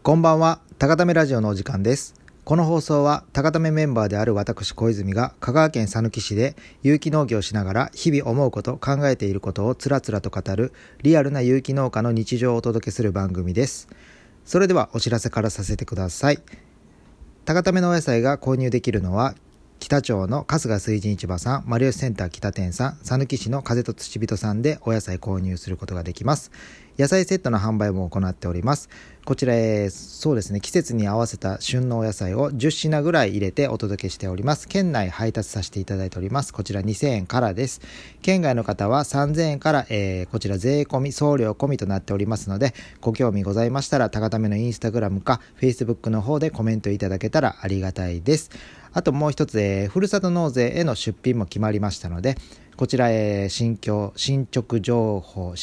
こんばんは、高ためラジオのお時間です。この放送は高ためメンバーである私小泉が香川県さぬき市で有機農業をしながら日々思うこと考えていることをつらつらと語るリアルな有機農家の日常をお届けする番組です。それではお知らせからさせてください。高ためのお野菜が購入できるのは北町の春日水神市場さん、丸吉センター北店さん、さぬき市の風と土人さんでお野菜購入することができます。野菜セットの販売も行っております。こちらそうですね、季節に合わせた旬のお野菜を10品ぐらい入れてお届けしております。県内配達させていただいております。こちら2000円からです。県外の方は3000円から、こちら税込み送料込みとなっておりますので、ご興味ございましたら高ためのインスタグラムかフェイスブックの方でコメントいただけたらありがたいです。あともう一つ、ふるさと納税への出品も決まりましたので、こちら、進捗状況、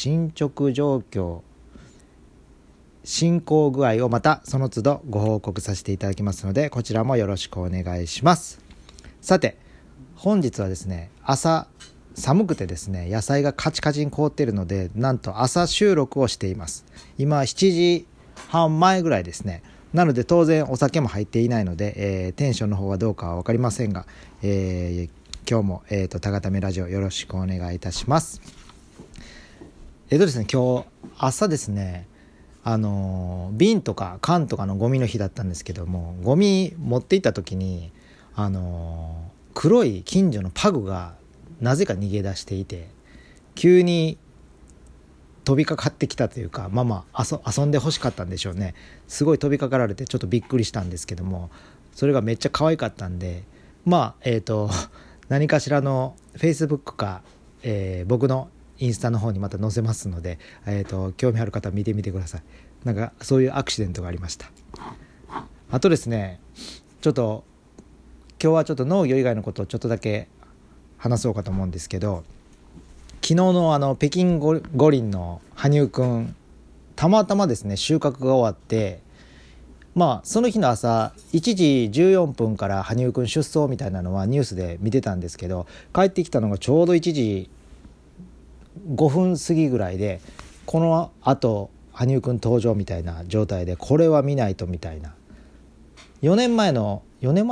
進行具合をまたその都度ご報告させていただきますので、こちらもよろしくお願いします。さて、本日はですね、朝寒くてですね、野菜がカチカチに凍っているので、なんと朝収録をしています。今7時半前ぐらいですね。なので当然お酒も入っていないので、テンションの方はどうかは分かりませんが、今日も、高ためラジオよろしくお願いいたします。ですね、今日朝ですね、瓶とか缶とかのゴミの日だったんですけども、ゴミ持って行った時に、黒い近所のパグがなぜか逃げ出していて、急に飛びかかってきたというか、遊んで欲しかったんでしょうね。すごい飛びかかられてちょっとびっくりしたんですけども、それがめっちゃ可愛かったんで、何かしらの Facebook か、僕のインスタの方にまた載せますので、興味ある方は見てみてください。なんかそういうアクシデントがありました。あとですね、ちょっと今日はちょっと農業以外のことをちょっとだけ話そうかと思うんですけど、昨日の北京五輪の羽生くん、たまたまですね収穫が終わって、その日の朝1時14分から羽生くん出走みたいなのはニュースで見てたんですけど、帰ってきたのがちょうど1時5分過ぎぐらいで、この後羽生くん登場みたいな状態で、これは見ないとみたいな、4年前の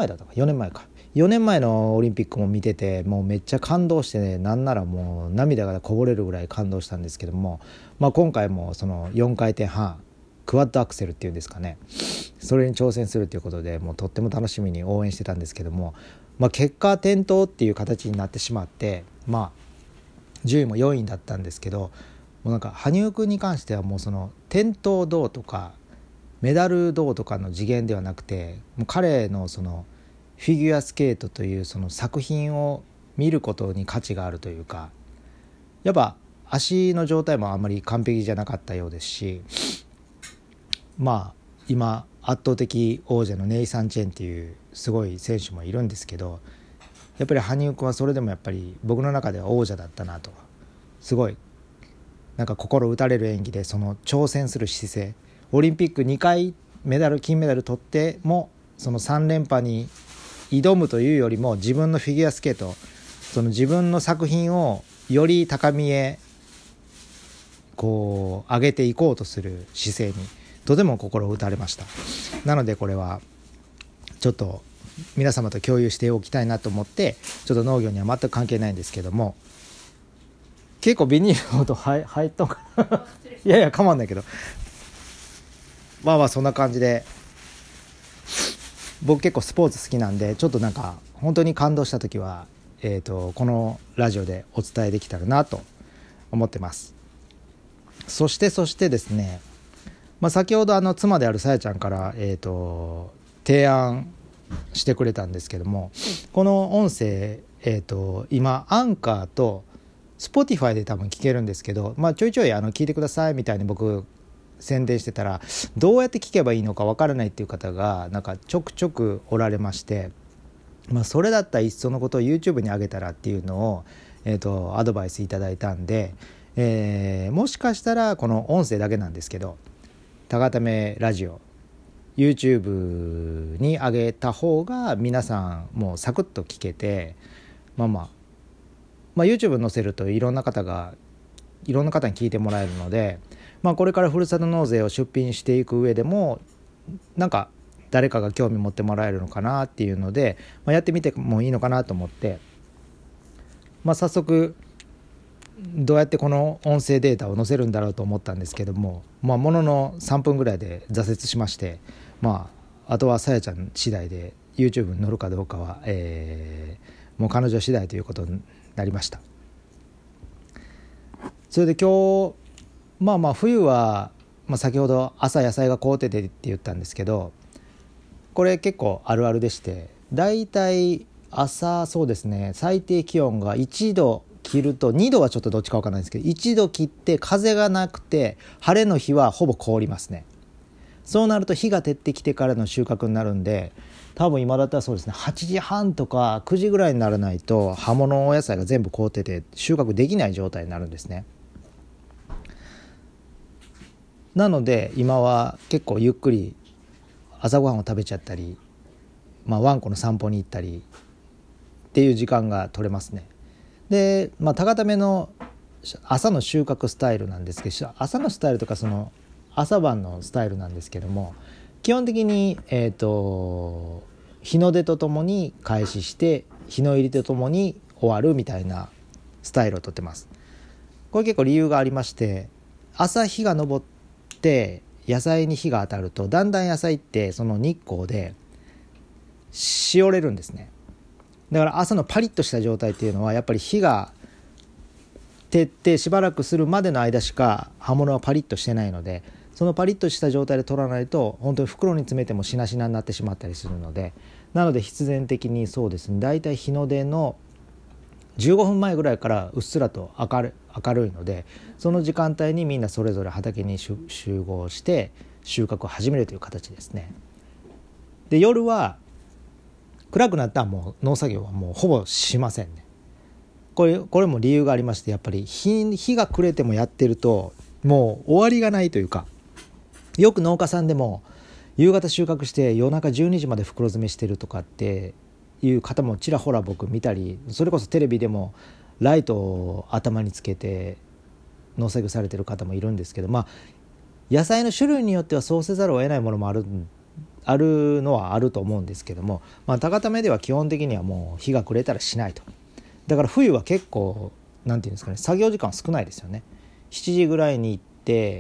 オリンピックも見てて、もうめっちゃ感動してね、なんならもう涙がこぼれるぐらい感動したんですけども、今回もその4回転半クワッドアクセルっていうんですかね、それに挑戦するということで、もうとっても楽しみに応援してたんですけども、結果転倒っていう形になってしまって、順位も4位だったんですけど、もうなんか羽生くんに関してはもうその転倒どうとかメダルどうとかの次元ではなくて、もう彼のそのフィギュアスケートというその作品を見ることに価値があるというか、やっぱ足の状態もあんまり完璧じゃなかったようですし、今圧倒的王者のネイサン・チェンっていうすごい選手もいるんですけど、やっぱり羽生君はそれでもやっぱり僕の中では王者だったなと、すごいなんか心打たれる演技で、その挑戦する姿勢、オリンピック2回金メダル取ってもその3連覇に挑むというよりも、自分のフィギュアスケート、その自分の作品をより高みへこう上げていこうとする姿勢にとても心を打たれました。なのでこれはちょっと皆様と共有しておきたいなと思って、ちょっと農業には全く関係ないんですけども、結構ビニールの音入っとんかないや構わないけど、そんな感じで、僕結構スポーツ好きなんで、ちょっとなんか本当に感動した時は、このラジオでお伝えできたらなと思ってます。そしてですね、先ほど妻であるさやちゃんから、提案してくれたんですけども、この音声、今アンカーと Spotify で多分聞けるんですけど、ちょいちょい聞いてくださいみたいに僕宣伝してたら、どうやって聞けばいいのかわからないっていう方がなんかちょくちょくおられまして、それだったらいっそのことを YouTube に上げたらっていうのを、アドバイスいただいたんで、もしかしたらこの音声だけなんですけど、高ためラジオ YouTube に上げた方が皆さんもうサクッと聞けて、YouTube 載せるといろんな方に聞いてもらえるので、これからふるさと納税を出品していく上でもなんか誰かが興味持ってもらえるのかなっていうので、やってみてもいいのかなと思って、早速どうやってこの音声データを載せるんだろうと思ったんですけども、ものの3分ぐらいで挫折しまして、あとはさやちゃん次第で YouTube に載るかどうかは、もう彼女次第ということになりました。それで今日冬は、先ほど朝野菜が凍っててって言ったんですけど、これ結構あるあるでして、だいたい朝そうですね、最低気温が1度切ると2度はちょっとどっちか分からないんですけど、1度切って風がなくて晴れの日はほぼ凍りますね。そうなると日が照ってきてからの収穫になるんで、多分今だったらそうですね、8時半とか9時ぐらいにならないと葉物お野菜が全部凍ってて収穫できない状態になるんですね。なので今は結構ゆっくり朝ごはんを食べちゃったり、ワンコの散歩に行ったりっていう時間が取れますね。で、高ための朝の収穫スタイルなんですけど、朝のスタイルとかその朝晩のスタイルなんですけども、基本的に、日の出とともに開始して日の入りとともに終わるみたいなスタイルをとってます。これ結構理由がありまして、朝日が昇って野菜に日が当たるとだんだん野菜ってその日光でしおれるんですね。だから朝のパリッとした状態っていうのはやっぱり日が照ってしばらくするまでの間しか葉物はパリッとしてないので、そのパリッとした状態で取らないと本当に袋に詰めてもしなしなになってしまったりするので、なので必然的にそうですね、だいたい日の出の15分前ぐらいからうっすらと明るいので、その時間帯にみんなそれぞれ畑に集合して収穫を始めるという形ですね。で、夜は暗くなったらもう農作業はもうほぼしませんね。これも理由がありまして、やっぱり日が暮れてもやってるともう終わりがないというか、よく農家さんでも夕方収穫して夜中12時まで袋詰めしてるとかっていう方もちらほら僕見たり、それこそテレビでもライトを頭につけて農作業されてる方もいるんですけど、野菜の種類によってはそうせざるを得ないものもあるのはあると思うんですけども、高ためでは基本的にはもう日が暮れたらしないと。だから冬は結構なんていうんですかね、作業時間少ないですよね。7時ぐらいに行って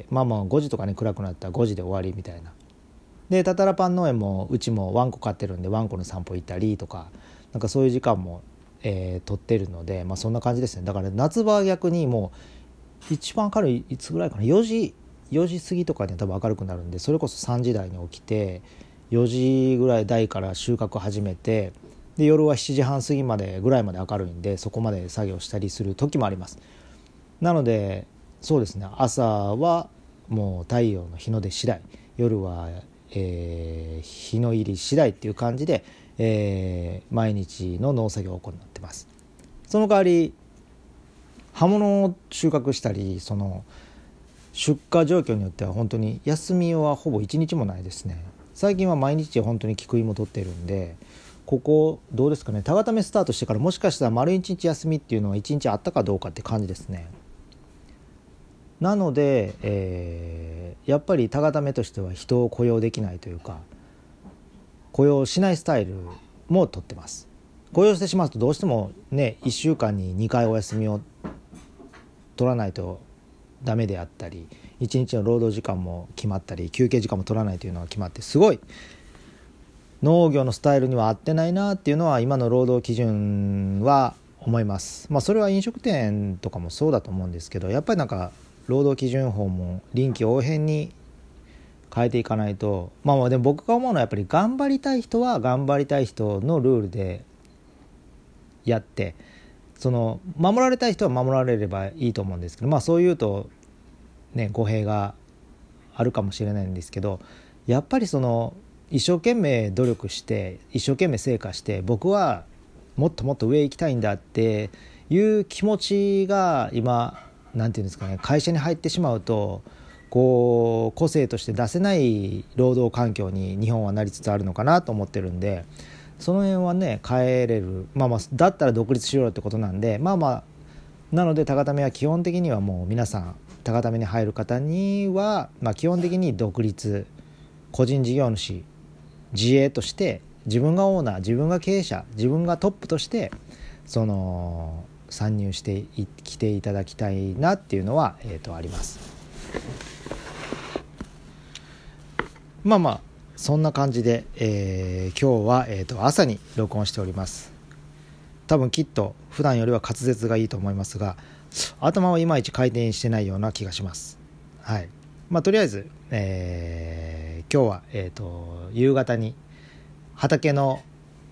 、5時とかね、暗くなったら5時で終わりみたいな。でタタラパン農園もうちもワンコ飼ってるんでワンコの散歩行ったりとか、なんかそういう時間も、取ってるので、そんな感じですね。だから夏場は逆にもう一番明るいいつぐらいかな、4時過ぎとかに多分明るくなるんで、それこそ3時台に起きて4時ぐらい台から収穫始めて、で夜は7時半過ぎまでぐらいまで明るいんで、そこまで作業したりする時もあります。なのでそうですね、朝はもう太陽の日の出次第、夜は、日の入り次第っていう感じで、毎日の農作業を行ってます。その代わり葉物を収穫したり、その出荷状況によっては本当に休みはほぼ1日もないですね。最近は毎日本当に菊芋取ってるんで、ここどうですかね、タガタメスタートしてからもしかしたら丸1日休みっていうのは1日あったかどうかって感じですね。なので、やっぱりタガタメとしては人を雇用できないというか、雇用しないスタイルも取ってます。雇用してしまうとどうしてもね、1週間に2回お休みを取らないとダメであったり、1日の労働時間も決まったり休憩時間も取らないというのが決まって、すごい農業のスタイルには合ってないなっていうのは今の労働基準は思います。それは飲食店とかもそうだと思うんですけど、やっぱりなんか労働基準法も臨機応変に変えていかないと、でも僕が思うのはやっぱり頑張りたい人は頑張りたい人のルールでやって、その守られたい人は守られればいいと思うんですけど、そういうとね、語弊があるかもしれないんですけど、やっぱりその一生懸命努力して一生懸命成果して、僕はもっともっと上行きたいんだっていう気持ちが今なんていうんですかね、会社に入ってしまうとこう個性として出せない労働環境に日本はなりつつあるのかなと思ってるんで、その辺はね変えれる、だったら独立しろよってことなんで、なのでタガタメは基本的にはもう皆さんタガタメに入る方には、基本的に独立個人事業主自営として自分がオーナー、自分が経営者、自分がトップとして参入してきていただきたいなっていうのは、あります。まあそんな感じで、今日は、朝に録音しております。多分きっと普段よりは滑舌がいいと思いますが、頭はいまいち回転してないような気がします。はい。とりあえず、今日は、夕方に畑の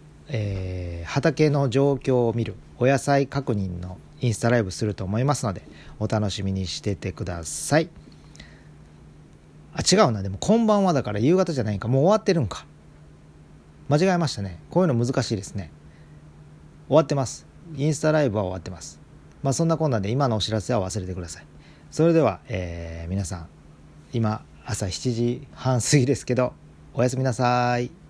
状況を見るお野菜確認のインスタライブすると思いますので、お楽しみにしててください。違うな、でもこんばんはだから夕方じゃないか、もう終わってるんか。間違えましたね。こういうの難しいですね。終わってます。インスタライブは終わってます。そんなこんなで今のお知らせは忘れてください。それでは、皆さん今朝7時半過ぎですけど、おやすみなさい。